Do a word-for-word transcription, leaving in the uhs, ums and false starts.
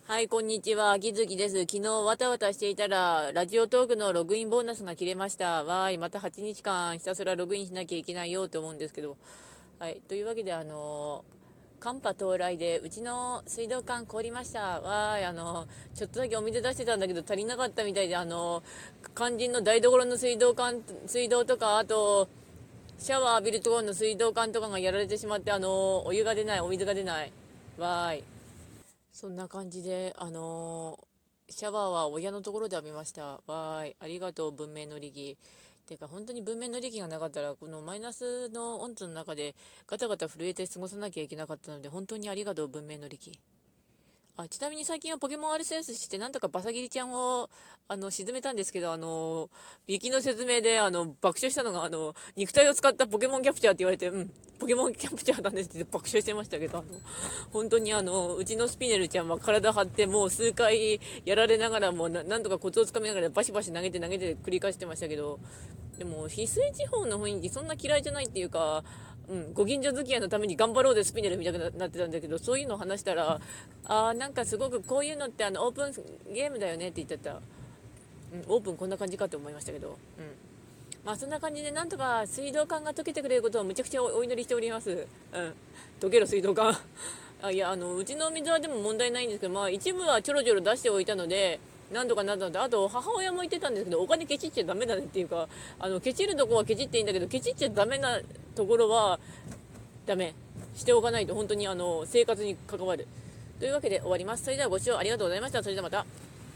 はい、こんにちは。秋月です。昨日わたわたしていたら、ラジオトークのログインボーナスが切れました。わーい、またはちにちかんひたすらログインしなきゃいけないよと思うんですけど。はい、というわけで、あのー寒波到来で、うちの水道管凍りました。わーい、あのーちょっとだけお水出してたんだけど足りなかったみたいで、あのー肝心の台所の水道管、水道とか、あと、シャワー浴びるところの水道管とかがやられてしまって、あのーお湯が出ない、お水が出ない。わーい。そんな感じで、あのーシャワーは親のところで浴びました。わーい、ありがとう、文明の利器。てか、本当に文明の利器がなかったら、このマイナスの温度の中でガタガタ震えて過ごさなきゃいけなかったので、本当にありがとう、文明の利器。あ、ちなみに最近はポケモンアールセンスしてなんとかバサギリちゃんをあの沈めたんですけど、あのビキの説明であの爆笑したのが、あの肉体を使ったポケモンキャプチャーって言われて、うん、ポケモンキャプチャーなんですって爆笑してましたけど、あの本当にあのうちのスピネルちゃんは体張ってもう数回やられながらもななんとかコツをつかみながらバシバシ投げて投げて繰り返してましたけど、でも翡翠地方の雰囲気そんな嫌いじゃないっていうか、うん、ご近所付き合いのために頑張ろうでスピネルみたいになってたんだけど、そういうのを話したら、あーなんかすごくこういうのってあのオープンゲームだよねって言ってた、うん、オープンこんな感じかと思いましたけど、うん、まあそんな感じでなんとか水道管が溶けてくれることをむちゃくちゃお祈りしております。うん、溶けろ水道管あいやあのうちの水はでも問題ないんですけど、まあ一部はちょろちょろ出しておいたのでなんとかなったので、あと母親も言ってたんですけど、お金ケチっちゃダメだねっていうか、あのケチるとこはケチっていいんだけど、ケチっちゃダメなところはダメしておかないと本当にあの生活に関わるというわけで終わります。それではご視聴ありがとうございました。それではまた。